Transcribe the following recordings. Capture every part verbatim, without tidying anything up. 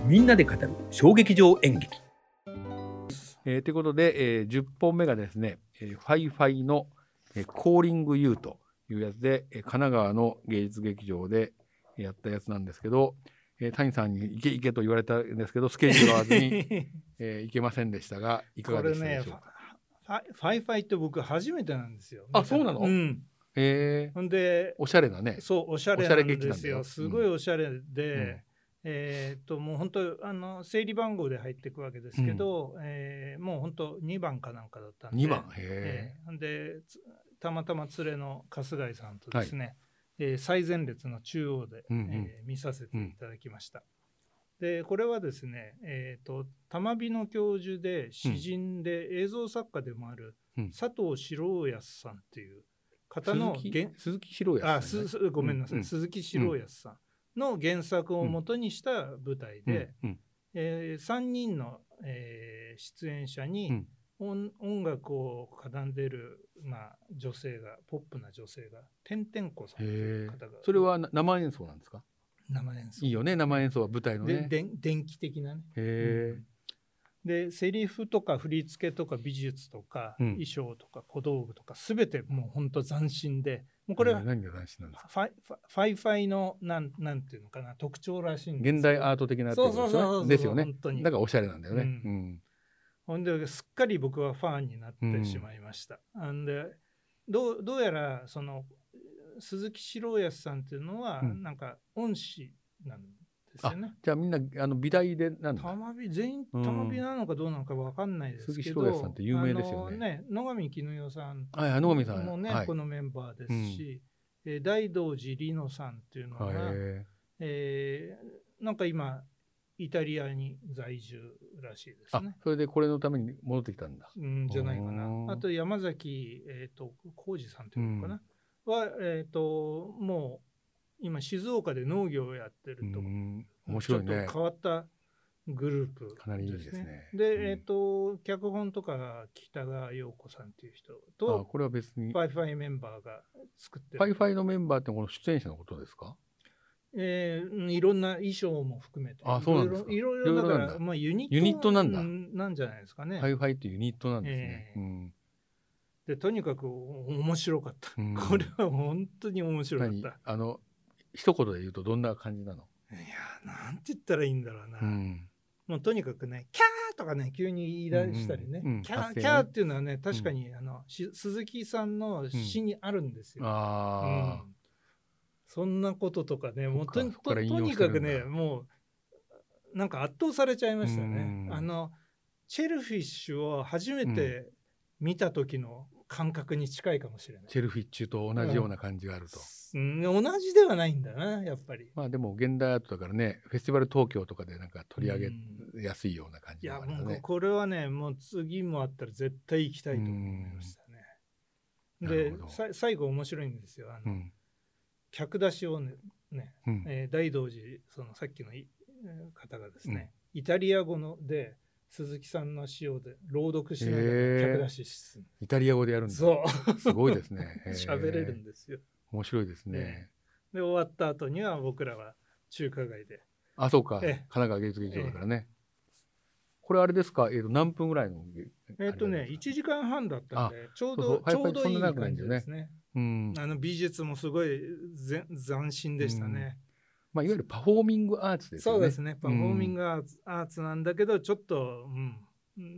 みんなで語る小劇場演劇。 えー、ということで、えー、じゅっぽんめがですね、えー、ファイファイの、えー、コーリング ユー というやつで、えー、神奈川の芸術劇場でやったやつなんですけど、えー、谷さんに行け行けと言われたんですけどスケジュール合わずに、えー、行けませんでしたがいかがでしたでしょうか。 これね、ファイファイって僕初めてなんですよ。 あ、そうなの？ うん。 へえ。 ほんでおしゃれなね。 そう、おしゃれなんですよ。すごいおしゃれで、うん、えー、っともう本当あの整理番号で入っていくわけですけど、うん、えー、もう本当にばんかなんかだったんで、 にばん、へえー、でたまたま連れの春日井さんとですね、はい、えー、最前列の中央で、うんうん、えー、見させていただきました。うん、でこれはですね、えー、と玉美の教授で詩人で映像作家でもある佐藤四郎康さんっていう方の鈴木四郎康さん、ね、 あすごめんなさい、うんうん、鈴木四郎康さんの原作をもとにした舞台で、うんうん、えー、さんにんの、えー、出演者に音、うん、音楽を奏でる、まあ、女性がポップな女性がてんてんこさんという方が。 それは生演奏なんですか？ 生演奏いいよね、生演奏は舞台のね。 でで電気的なね。 へー、 うんでセリフとか振り付けとか美術とか、うん、衣装とか小道具とか全てもう本当斬新で、もうこれは何が斬新なんですか？ ファイファイファイのなんなんていうのかな特徴らしいんですよ。 現代アート的なってことですよね。ですよね。本当にだからおしゃれなんだよね。うんうん、ほんですっかり僕はファンになってしまいました。うん、でどうどうやらその鈴木四郎康さんっていうのは、うん、なんか恩師なんですよね。 じゃあみんなあの美大でなんだ。 玉美全員玉美なのかどうなのか分かんないですけど、 鈴木四郎康さんって有名ですよね。 ね野上絹代さんもね、 はい、 このメンバーですし、うん、えー、大道寺里乃さんっていうのが、えー、なんか今イタリアに在住らしいですね。 あ、それでこれのために戻ってきたんだ。 うんじゃないかな。あと山崎、えー、と浩二さんというのかな、うん、は、えー、ともう今静岡で農業をやってると、うん、 面白いね。 ちょっと変わったグループですね。 かなりいいですね。 で、うん、えっ、ー、と脚本とか北川陽子さんっていう人と、 あ、これは別にファイファイメンバーが作ってる。 ファイファイのメンバーってこの出演者のことですか？ えー、いろんな衣装も含めて、 あ、そうなんですか。 いろいろだから、まあ、ユニット、 ユニットなんだ。 なんじゃないですかね。 ファイファイってユニットなんですね。 えーうん、 でとにかく面白かった。うん、これは本当に面白かった。 あの一言で言うとどんな感じなの？ いやなんて言ったらいいんだろうな、うん、もうとにかくねキャーとかね急に言い出したりね、うんうん、キャーキャーっていうのはね確かに、うん、あの鈴木さんの詩にあるんですよ、うん、あ、うん、そんなこととかねもう と, と, とにかくねもうなんか圧倒されちゃいましたね。あのチェルフィッシュを初めて見た時の感覚に近いかもしれない。 チェルフィッチュと同じような感じがあると、 うん、同じではないんだなやっぱり。 まあでも現代アートだからねフェスティバル東京とかでなんか取り上げやすいような感じがあるね、うん、 いやもうこれはねもう次もあったら絶対行きたいと思いましたね。で最後面白いんですよ。あの、うん、客出しをね、ねうんえー、大道寺そのさっきの方がですね、うん、イタリア語ので鈴木さんの詩をで朗読しながら客出しする。 イタリア語でやるんだ。 そうすごいですね。 喋れるんですよ。 面白いですね。 で終わった後には僕らは中華街で。 あ、そうか。神奈川芸術劇場だからね。これあれですか。えっと何分ぐらいの？ えっとねいちじかんはんだったんでちょうどちょうどいい感じですね。うん。あの美術もすごい斬新でしたね。 まあ、いわゆるパフォーミングアーツですよね。 そうですね。パフォーミングアーツ、うん、アーツなんだけどちょっと、うん、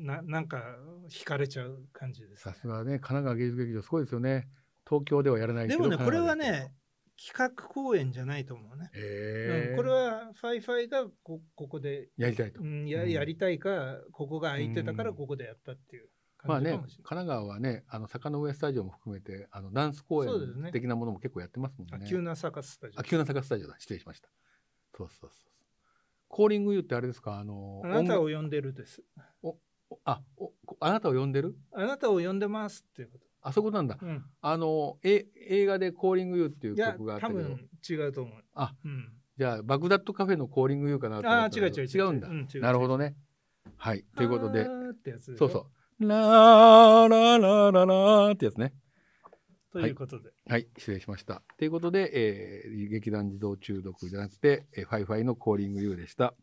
な, なんか惹かれちゃう感じです、ね。 さすがね神奈川芸術劇場すごいですよね。東京ではやらないけど。 でもねこれはね企画公演じゃないと思うね。 へー、 うん、これはファイファイが こ, ここでやりたいと、 うん、や, やりたいかここが空いてたからここでやったっていう。 まあね、神奈川はねあの坂の上スタジオも含めてあのダンス公演的なものも結構やってますもんね。 急な坂スタジオ。 あ急な坂スタジオだ失礼しました。そうそうそう。コーリングユーってあれですか？あのあなたを呼んでるです。 おあおあなたを呼んでる？ あなたを呼んでますっていうこと。 あそこなんだ。うん、あのえ映画でコーリングユーっていう曲があったけど。 いや多分違うと思う。 あ、うん、じゃあバグダッドカフェのコーリングユーかなと思ったけど。 あ違う違う違う違うんだ。うん、なるほどね。はいということで、そうそうラーラーラーラーラーってやつね。 ということで、 はい、はい、失礼しました。ということで、えー、劇団児童中毒じゃなくて、えー、ファイファイのコーリングユーでした。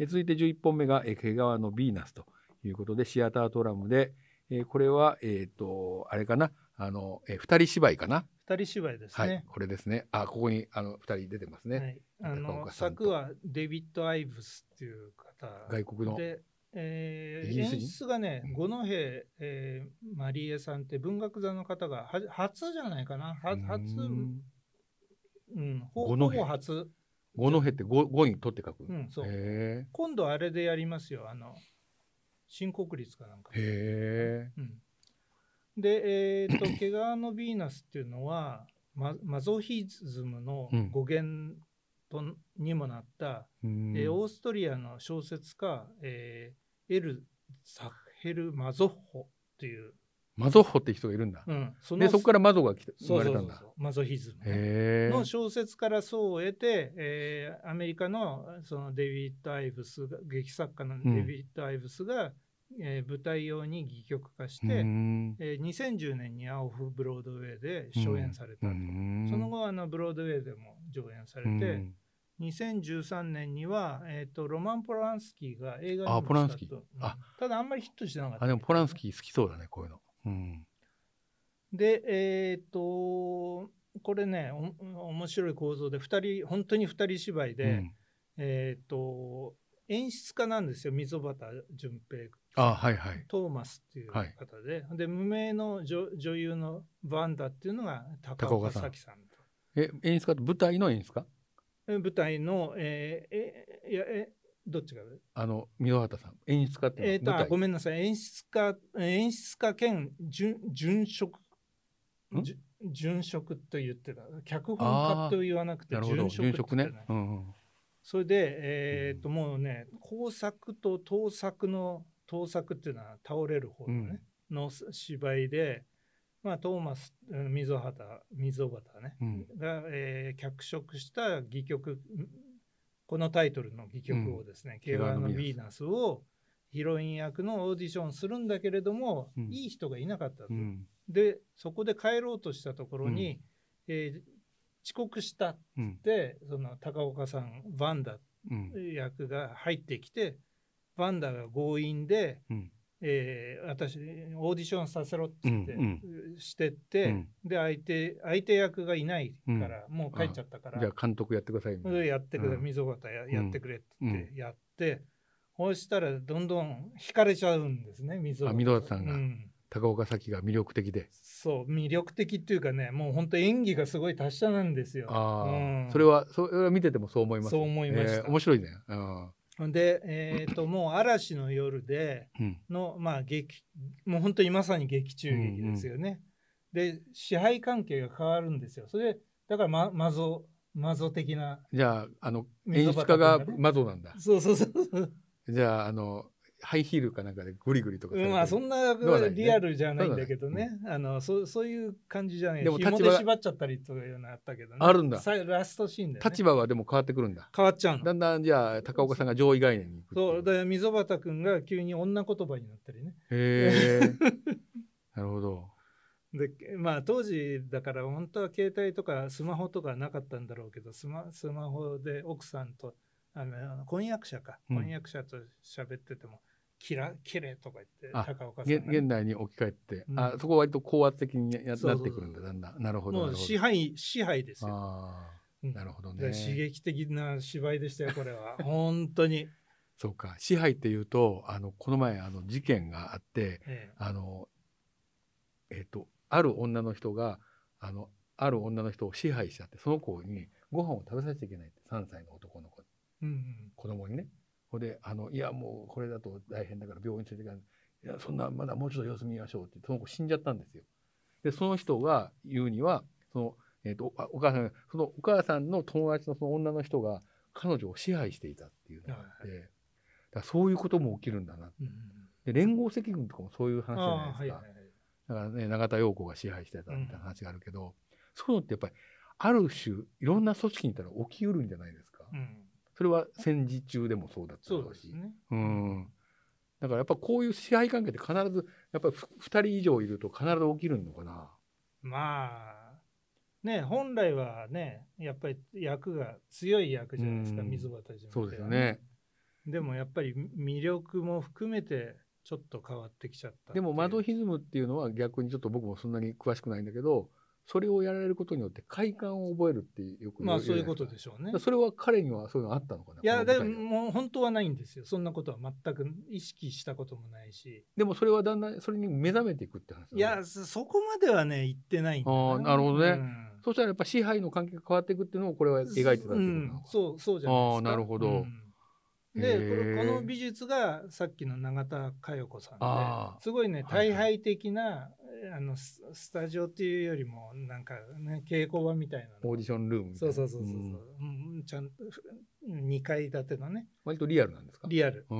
え続いてじゅういっぽんめが、えー、毛皮のヴィーナスということでシアタートラムで、えー、これはえっ、ー、とあれかなあの、えー、二人芝居かな二人芝居ですね、 はい、これですね。あここにあの二人出てますね、はい、 あの作はデビッド・アイブスっていう方外国ので、えー、演出がね、うん、五戸、えー、マリエさんって文学座の方がは初じゃないかなは初うん、ほぼ初。 五戸って五にとって書く、 うん、そうへ今度あれでやりますよ、あの新国立かなんか。 へえ、 うん、で、えー、と毛皮のヴィーナスっていうのはマ, マゾヒズムの語源とにもなった、うん、えー、オーストリアの小説家、えー、エル・サヘル・マゾッホというマゾッホって人がいるんだ、うん、そでそこからマゾが来て生まれたんだ。そうそうそうそうマゾヒズム、ね、の小説からそうを得て、えー、アメリカのそのデビッド・アイブス劇作家のデビッド・アイブスが、うんえー、舞台用に戯曲化して、えー、にせんじゅうねんにオフブロードウェイで初演されたと。その後あのブロードウェイでも上演されて、にせんじゅうさんねんには、えー、とロマン・ポランスキーが映画にもしたと。あポランスキー、うん、あただあんまりヒットしなかった。 あでもポランスキー好きそうだねこういうの。うん、 でえっ、ー、とこれねお面白い構造でふたり本当にふたり芝居で、うん、えっ、ー、と演出家なんですよ溝端淳平あ、はいはい、 トーマスっていう方で、はい、で無名の 女, 女優のバンダっていうのが高岡早紀さんと。 え演出家と舞台の演出家舞台のえー、えいやえどっちがあの溝端さん演出家ってえーとあごめんなさい演出家演出家兼準準職準職と言ってた脚本家と言わなくて準職って言ってね、うんうん、それでえっ、ー、ともうね工作と盗作の盗作っていうのは倒れる方のね、うん、の芝居で、まあ、トーマス溝端溝端ね、うん、が、えー、脚色した戯曲このタイトルの戯曲をですね、毛皮のヴィーナスをヒロイン役のオーディションするんだけれども、うん、いい人がいなかったと、うん、でそこで帰ろうとしたところに、うんえー、遅刻したって、うん、その高岡さんバンダ役が入ってきて、バンダが強引で、うんえー、私オーディションさせろって言って、うんうん、してって、うん、で相手相手役がいないから、うん、もう帰っちゃったから、 じゃあ監督やってくださいみたいなやってくれ、うん、溝端 や, やってくれって言ってやって、うん、そうしたらどんどん惹かれちゃうんですね溝端、 溝端さんが、うん、高岡早紀が魅力的で、 そう魅力的っていうかねもう本当演技がすごい達者なんですよ。 あ、うん、それはそれは見ててもそう思います。 そう思いました、 えー、面白いね。あで、えー、ともう嵐の夜での、うん、まあ劇もう本当にまさに劇中劇ですよね、うんうん、で支配関係が変わるんですよ。それでだからまマゾマゾ的な、 じゃああの演出家がマゾなんだ。 そうそうそうじゃああのハイヒールかなんかでグリグリとか、 うん、まあそんなリアルじゃないんだけどね、うん、あの そ, そういう感じじゃない。でも紐で縛っちゃったりというのあったけどね。 あるんだ。 ラストシーンで、ね、 立場はでも変わってくるんだ。 変わっちゃうの。 だんだんじゃあ高岡さんが上位概念に行く。 そうだから溝端君が急に女言葉になったりね。 へえなるほど。 でまあ当時だから本当は携帯とかスマホとかなかったんだろうけど、ス マ, スマホで奥さんとあの婚約者か、うん、婚約者と喋っててもキラキレとか言って高岡さんが、 ね、現代に置き換えて、うん、あそこは割と高圧的に や, なってくるんだ。だんだんなるほど。 もう支配支配ですよ。 あ、うん、なるほどね。 刺激的な芝居でしたよこれは本当に。 そうか、支配っていうとあのこの前あの事件があって、ええ、あのえっ、ー、とある女の人があのある女の人を支配しちゃって、その子にご飯を食べさせちゃいけないってさんさいの男の子、うんうん、子供にね。であのいやもうこれだと大変だから病院連れて行かない、いやそんなまだもうちょっと様子見ましょうってその子死んじゃったんですよ。でその人が言うにはその、えー、と お, お母さんそのお母さんの友達のその女の人が彼女を支配していたっていうのがあって、はい、だからそういうことも起きるんだな、うん、で連合赤軍とかもそういう話じゃないですか、はいはいはい、だからね永田陽子が支配してたみたいな話があるけど、うん、そういうのってやっぱりある種いろんな組織にいたら起きうるんじゃないですか、うん、それは戦時中でもそうだったし、そうですね、うん、だからやっぱこういう支配関係って必ずやっぱりふたり以上いると必ず起きるのかな。 まあね本来はねやっぱり役が強い役じゃないですか、溝端淳平、 そうですよね。 でもやっぱり魅力も含めてちょっと変わってきちゃったでもマドヒズムっていうのは逆にちょっと僕もそんなに詳しくないんだけど、それをやられることによって快感を覚えるってよく言う。 まあそういうことでしょうね。 それは彼にはそういうのあったのかな。 いやでももう本当はないんですよ。そんなことは全く意識したこともないし。 でもそれはだんだんそれに目覚めていくって話。 いやそこまではね言ってないんだな。 ああなるほどね。うん、そしたらやっぱ支配の関係が変わっていくっていうのをこれは描いてたってことなのか、うん、 そうそうじゃないですか。 ああなるほど。うんでこの美術がさっきの永田佳代子さんですごいね大敗的な、はいはい、あの ス, スタジオっていうよりもなんか、ね、稽古場みたいなオーディションルームみたいな。 そうそうそうそう、うん、ちゃんとにかい建てのね割とリアルなんですか。 リアル、うん、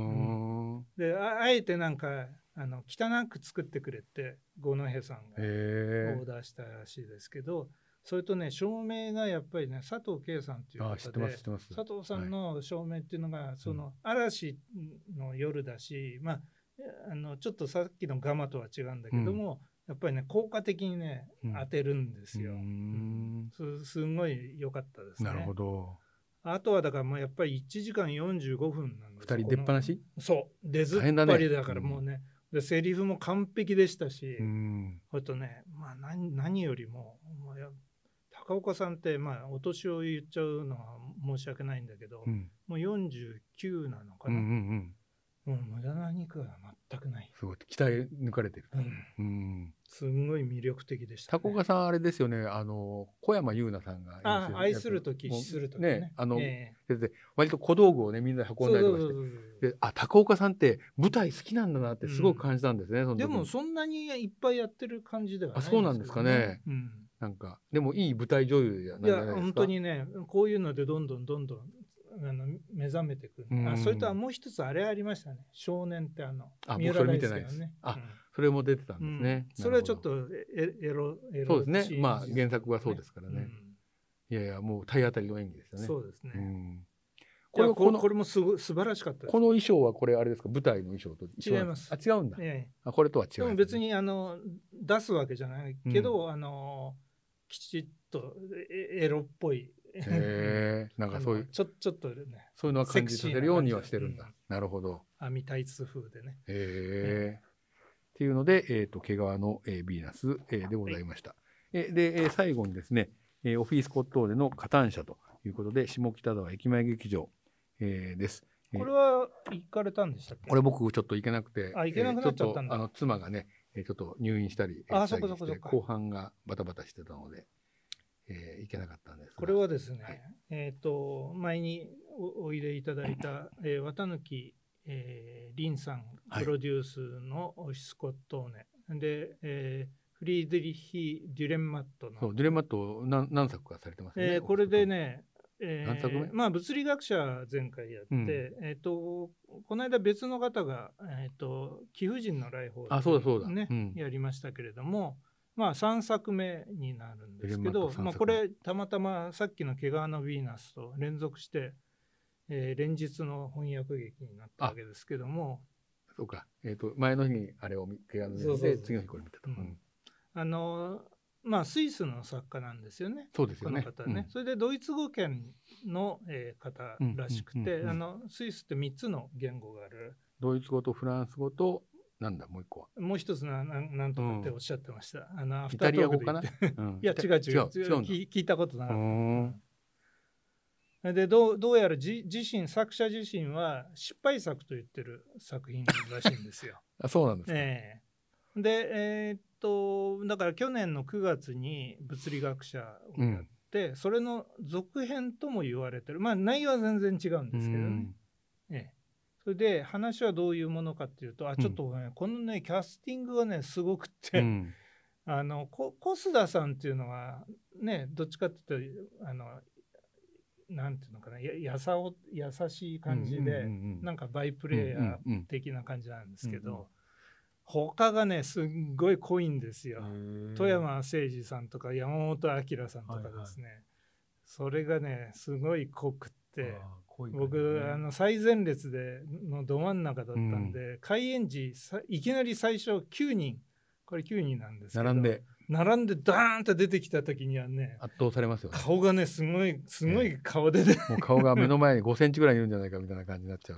で あ, あえてなんかあの汚く作ってくれって五戸さんがオーダーしたらしいですけど、それとね照明がやっぱりね佐藤圭さんっていう方で、佐藤さんの照明っていうのが、はい、その嵐の夜だし、まああのちょっとさっきのガマとは違うんだけども、うん、やっぱりね効果的にね、うん、当てるんですよ。うん、す, すごい良かったですね。 なるほど。 あとはだからもうやっぱりいちじかんよんじゅうごふんなんですよ。 ふたり出っ放し？ そう出ずっぱりだからもうね、うん、でセリフも完璧でしたし、うん、あとね、まあ、何, 何よりも、まあ高岡さんって、まあ、お年を言っちゃうのは申し訳ないんだけど、うん、もうよんじゅうきゅうなのかな、うんうんうん、もう無駄な肉が全くない。 すごい鍛え抜かれてる、 うんうん、すごい魅力的でした、ね、 高岡さんあれですよね、あの小山優奈さんがあ愛するとき死するとき ね, ねあの、 えー、で割と小道具をねみんなで運んだりとかしてであ高岡さんって舞台好きなんだなってすごく感じたんですね、うん、そのでもそんなにいっぱいやってる感じではないんですけど、ね、 あそうなんですかね、うんなんかでもいい舞台女優やなんじゃないですか。 いや本当にねこういうのでどんどんどんどんあの目覚めてくる、うん、あそれとはもう一つあれありましたね少年ってあのあ僕それ見てないです、ねあ、うん、それも出てたんですね、 うん、それはちょっとエ, エロエロそうですねまあ原作はそうですからね、うん、いやいやもう体当たりの演技ですよね。 そうですね、うんこれこ, これもすご素晴らしかったです。 この衣装はこれあれですか舞台の衣装と違います。 あ違うんだ、ええ、あこれとは違う、ね、 でも別にあの出すわけじゃないけど、うん、あのきちっとエロっぽいへなんかそういうちょちょっとねそういうのは感じさせるようにはしてるんだ、うん、なるほど網タイツ風でねへえっていうので、えー、と毛皮の、えー、ヴィーナス、えー、でございました、はい、えで、えー、最後にですね、えー、オフィスコットーネの加担者ということで下北沢駅前劇場えー、です。 これは行かれたんでしたっけ？ これ僕ちょっと行けなくて、 あ行けなくなっちゃったんだ。 えー、ちょっとあの妻がね、ちょっと入院したり、 あそこそこそこ後半がバタバタしてたので、えー、行けなかったんですが。 これはですね、はい、えっ、ー、と前に お, おいでいただいた、えー、綿貫、えー、凛さんプロデュースのオフィスコットーネ、はい、で、えー、フリードリヒ・デュレンマットのそうデュレンマット何何作かされてますね。 えー、これでね。 えー、 まあ物理学者前回やって、うん、えー、とこの間別の方が、えー、と貴婦人の来訪で、ねうん、やりましたけれども、まあ、さんさくめになるんですけど、まあ、これたまたまさっきの毛皮のヴィーナスと連続して、えー、連日の翻訳劇になったわけですけどもそうか、えー、と前の日にあれを毛皮のヴィーナスで次の日これ見たと、うん、 あのまあ、スイスの作家なんですよね。 そうですよね。 この方ね、うん、それでドイツ語圏の、えー、方らしくて、うんうんうんうん、あのスイスってみっつの言語がある。 ドイツ語とフランス語となんだもう一個は。 もう一つな な, なんとかっておっしゃってました。うん、あのアフタートークで言ってイタリア語かな。うん、 いや違う違う違う聞聞いたことなかった。で ど, うどうやら自身作者自身は失敗作と言ってる作品らしいんですよ。 あそうなんですか。 えー、でえーとだから去年のくがつに物理学者をやって、うん、それの続編とも言われてる、まあ内容は全然違うんですけどね、うんええ、それで話はどういうものかっていうとあちょっと、ねうん、このねキャスティングがねすごくって、うん、あの小須田さんっていうのはねどっちかっていうとあのなんていうのかなややさお優しい感じで、うんうんうんうん、なんかバイプレイヤー的な感じなんですけど、うんうんうん他がねすんごい濃いんですよ。富山誠二さんとか山本明さんとかですね、はいはい、それがねすごい濃くって濃い、ね、僕あの最前列でのど真ん中だったんで、うん、開演時いきなり最初きゅうにんこれきゅうにんなんですけど並んで並んでダーンと出てきた時にはね圧倒されますよね。 顔がねすごいすごい顔でね、 もう顔が目の前にごセンチぐらいいるんじゃないかみたいな感じになっちゃうと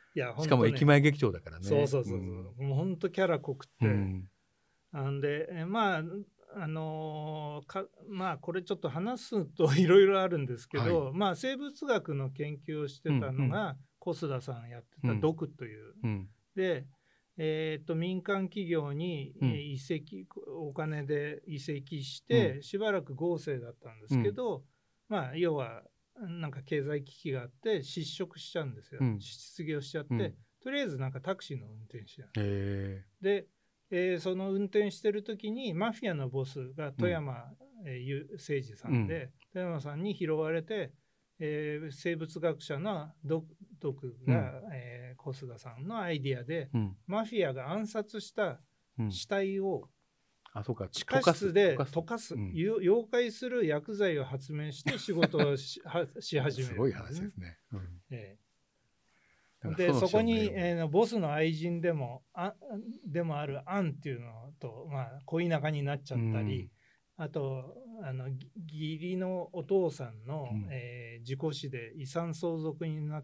いやしかも駅前劇場だからね。 そうそうそうそう、うん、もう本当キャラ濃くって、うん、なんでまああのー、かまあこれちょっと話すといろいろあるんですけど、はい、まあ生物学の研究をしてたのが、うんうん、小須田さんやってたドクという、うん、で、えー、と民間企業に移籍、うん、お金で移籍して、うん、しばらく豪勢だったんですけど、うん、まあ要はなんか経済危機があって失職しちゃうんですよ、うん、失業しちゃって、うん、とりあえずなんかタクシーの運転手なんで、でえー、その運転してる時にマフィアのボスが富山、うんえー、誠二さんで、うん、富山さんに拾われて、えー、生物学者のドクが、うんえー、小須田さんのアイディアで、うん、マフィアが暗殺した死体を地下室で溶かす、うん、溶解する薬剤を発明して仕事を し, し始める、 すごい話ですね、うんえーでそこに、えー、ボスの愛人でもあでもあるアンっていうのと、まあ、恋仲になっちゃったり、うん、あとあの義理のお父さんの、うんえー、事故死で遺産相続になって、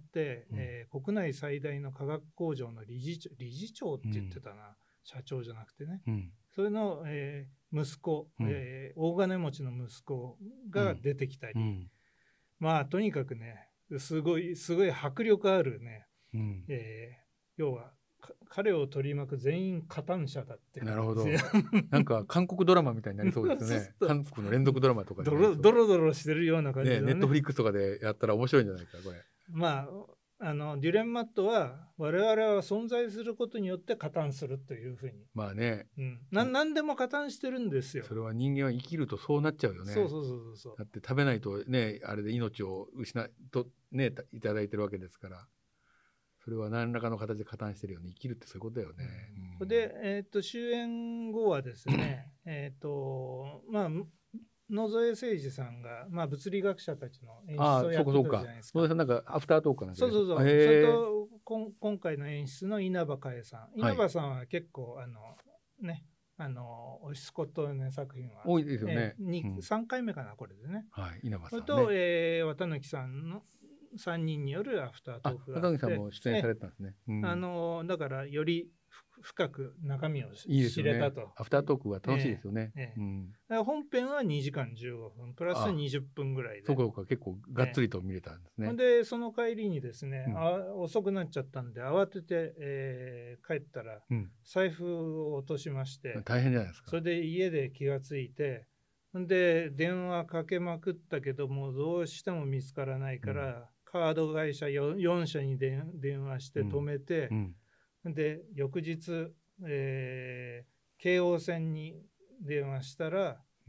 うんえー、国内最大の化学工場の理事長理事長って言ってたな、うん、社長じゃなくてね、うん、それの、えー、息子、うんえー、大金持ちの息子が出てきたり、うん、まあとにかくねすごいすごい迫力あるねうんえー、要は彼を取り巻く全員加担者だって。 なるほど。なんか韓国ドラマみたいになりそうですね。韓国の連続ドラマとかでドロドロドロしてるような感じで、 ね、ネットフリックスとかでやったら面白いんじゃないかこれ。 まああのデュレンマットは我々は存在することによって加担するというふうに。 まあね。 うん、な何でも加担してるんですよ。 それは人間は生きるとそうなっちゃうよね。 そうそうそうそう。 だって食べないとねあれで命を失いとねいただいてるわけですから。それは何らかの形で加担してるよね。生きるってそういうことだよね。 うん、で、えー、と終演後はですね、えっとまあ野添誠二さんが、まあ、物理学者たちの演出をやってたじゃないですか。 野添さんなんかアフタートークかなんか。 そうそうそう。それとこ今回の演出の稲葉佳恵さん。稲葉さんは結構、はい、あのねあのスコットの作品は多いですよね。 えーうん、さんかいめかなこれでね。 はい、稲葉さん、ね。 それと、えー、綿貫さんのさんにんによるアフタートークがあって、 綿貫さんも出演されてたんですね。 うん、あのだからより深く中身を知れたと。いいアフタートークが楽しいですよね。 ええええうん、だから本編はにじかんじゅうごふんプラスにじゅっぷんぐらいで。 そうか結構がっつりと見れたんですね。 でその帰りにですね、うん、あ遅くなっちゃったんで慌てて、えー、帰ったら、うん、財布を落としまして、 大変じゃないですか。 それで家で気がついてで電話かけまくったけどもうどうしても見つからないから、うんカード会社 4, よん社に電話して止めて、うんうん、で翌日、えー、京王線に電話したら、うん、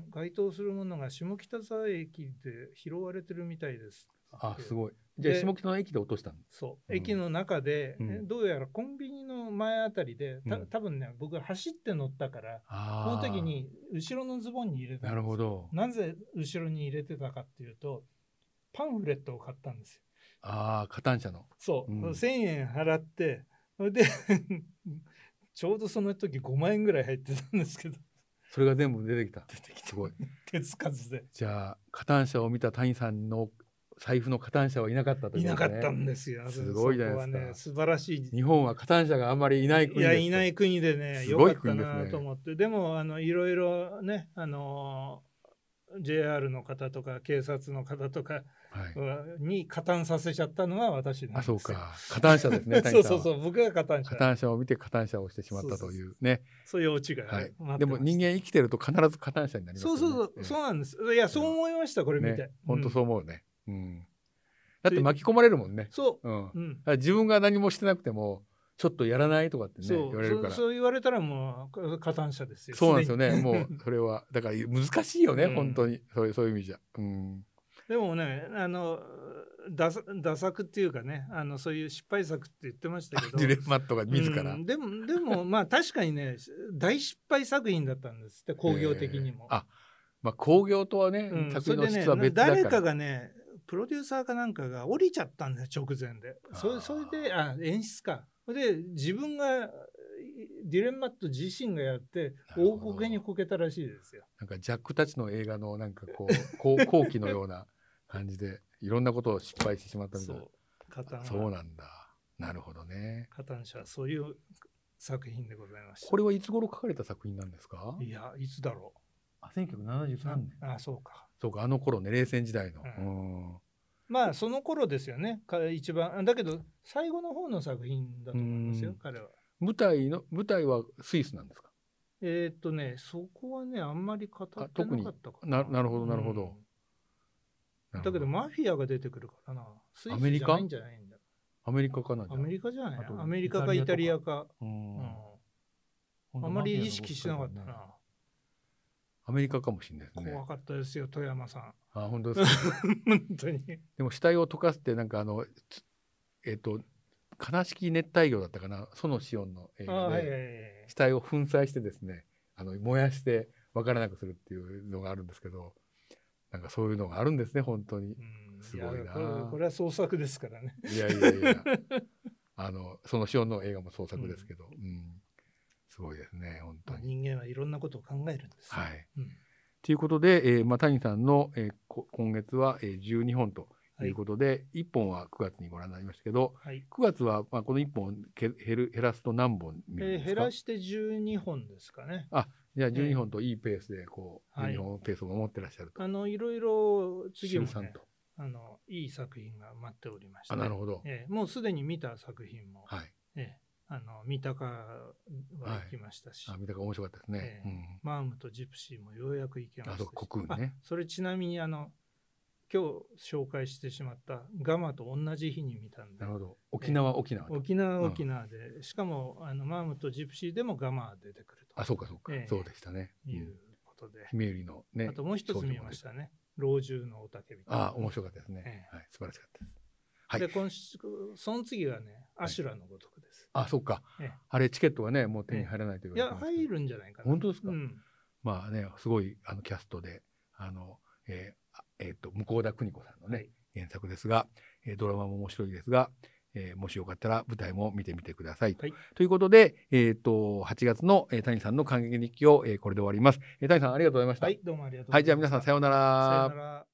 該当するものが下北沢駅で拾われてるみたいですあすごいじゃあ下北の駅で落としたのそう、うん、駅の中で、うん、どうやらコンビニの前あたりでた多分ね僕走って乗ったからこの時に後ろのズボンに入れたんです。 なるほど。 なぜ後ろに入れてたかっていうとパンフレットを買ったんですよ。 ああ加担者のそう、うん、せんえん払ってでちょうどその時ごまんえんぐらい入ってたんですけどそれが全部出てきた。 出てきたすごい手つかずで。 じゃあ加担者を見た谷さんの財布の加担者はいなかったということ、ね、 いなかったんですよ。 すごいじゃないですか。 ね、素晴らしい。 日本は加担者があんまりいない国です。 いやいない国でねよかったなと思って。でもあのいろいろねあのジェイアール の方とか警察の方とかに加担させちゃったのは私なんですよ。 あ、そうか。加担者ですね。 そうそうそう、僕が加担者。 加担者を見て加担者をしてしまったというね。 そういうオチが、 はい。でも人間生きてると必ず加担者になりますよね。 そうそうそう、そうなんです。いや、そう思いました、これ見て。 本当そう思うね。うん。だって巻き込まれるもんね。 そう。 うん。自分が何もしてなくても。ちょっとやらないとかってねそう言われるからそ, そう言われたらもう加担者ですよ。 そうなんですよね。もうそれはだから難しいよね、うん、本当にそういうそういう意味じゃ、うん、 でもねあのダダ作っていうかねあのそういう失敗作って言ってましたけどディレマットが自ら、 うん、でもでもまあ確かにね大失敗作品だったんですって興行的にも。 あ、まあ興行とはね、うん、作品の質は別だから、 ね、誰かがねプロデューサーかなんかが降りちゃったんですよ直前で。それそれであ演出かで自分がディレンマット自身がやって大こけにこけたらしいですよ。 なんかジャックたちの映画のなんかこう後期のような感じでいろんなことを失敗してしまったみたいな。そう、そうなんだ。 なるほどね。 加担者はそういう作品でございました。 これはいつ頃書かれた作品なんですか？ いや、いつだろう。 あ、せんきゅうひゃくななじゅうさんねん。 ああ、そうか。 そうか、あの頃ね、冷戦時代の。 うん、 うん、 まあその頃ですよね。一番だけど最後の方の作品だと思いますよ、彼は。 舞台の舞台はスイスなんですか？ えー、っとね、そこはね、あんまり語ってなかったかな。なるほど、なるほど。 うん、だけど、マフィアが出てくるからな。スイスじゃないんじゃないんだ。 アメリカかな。 アメリカじゃない。アメリカかイタリアか。うん、あんまり意識しなかったな。 アメリカかもしれないですね。 怖かったですよ、富山さん。 あ、本当ですか。 本当に。 でも死体を溶かして、なんかあの、えっと、悲しき熱帯魚だったかな、園子音の映画で死体を粉砕してですね、あの燃やして分からなくするっていうのがあるんですけど、なんかそういうのがあるんですね、本当に。すごいな。 これ、これは創作ですからね。 いやいやいや、あの園子音の映画も創作ですけど、うんうん、すごいですね、本当に。 人間はいろんなことを考えるんです、 はい。 うん、 ということで、えーまあ、谷さんの、えー、今月は、えー、じゅうにほんとということで、はい、いっぽんはくがつにご覧になりましたけど、はい、くがつは、まあ、このいっぽん減る減らすと何本見るんですか？ えー、減らしてじゅうにほんですかね。 あ、じゃあじゅうにほんといいペースでこう、えー、じゅうにほんペースを守ってらっしゃると。 あのいろいろ次も、ね、あのいい作品が待っておりまして、 あ、なるほど。 えー、もうすでに見た作品も、 はい、 えー、あの三鷹は行きましたし、 はい、あ、三鷹面白かったですね。 えーうん、マームとジプシーもようやく行けましたし、 あ、そう、コクーンね。 それちなみにあの今日紹介してしまったガマと同じ日に見たんで。 なるほど。沖縄、えー、沖縄。 沖縄、沖縄で、うん、しかもあのマームとジプシーでもガマ出てくると。 あ、そうかそうか。えー、そうでしたね。 いうことで。 姫百合のね。 あともう一つ見ましたね。老中の雄たけび。 あ、面白かったですね。えー、はい、素晴らしかったです。はい。 で今週その次はね、アシュラのごとくです。 はい、あ、そうか。えー、あれチケットがねもう手に入らないという。 いや入るんじゃないかな。 本当ですか。うん、まあね、すごいあのキャストであの。えーえー、と向田邦子さんのね、はい、原作ですが、えー、ドラマも面白いですが、えー、もしよかったら舞台も見てみてください、はい、ということで、えー、とはちがつの、えー、谷さんの感激日記を、えー、これで終わります、えー、谷さんありがとうございました。 はい、どうもありがとうございました。 はい、じゃあ皆さんさようなら。 さようなら。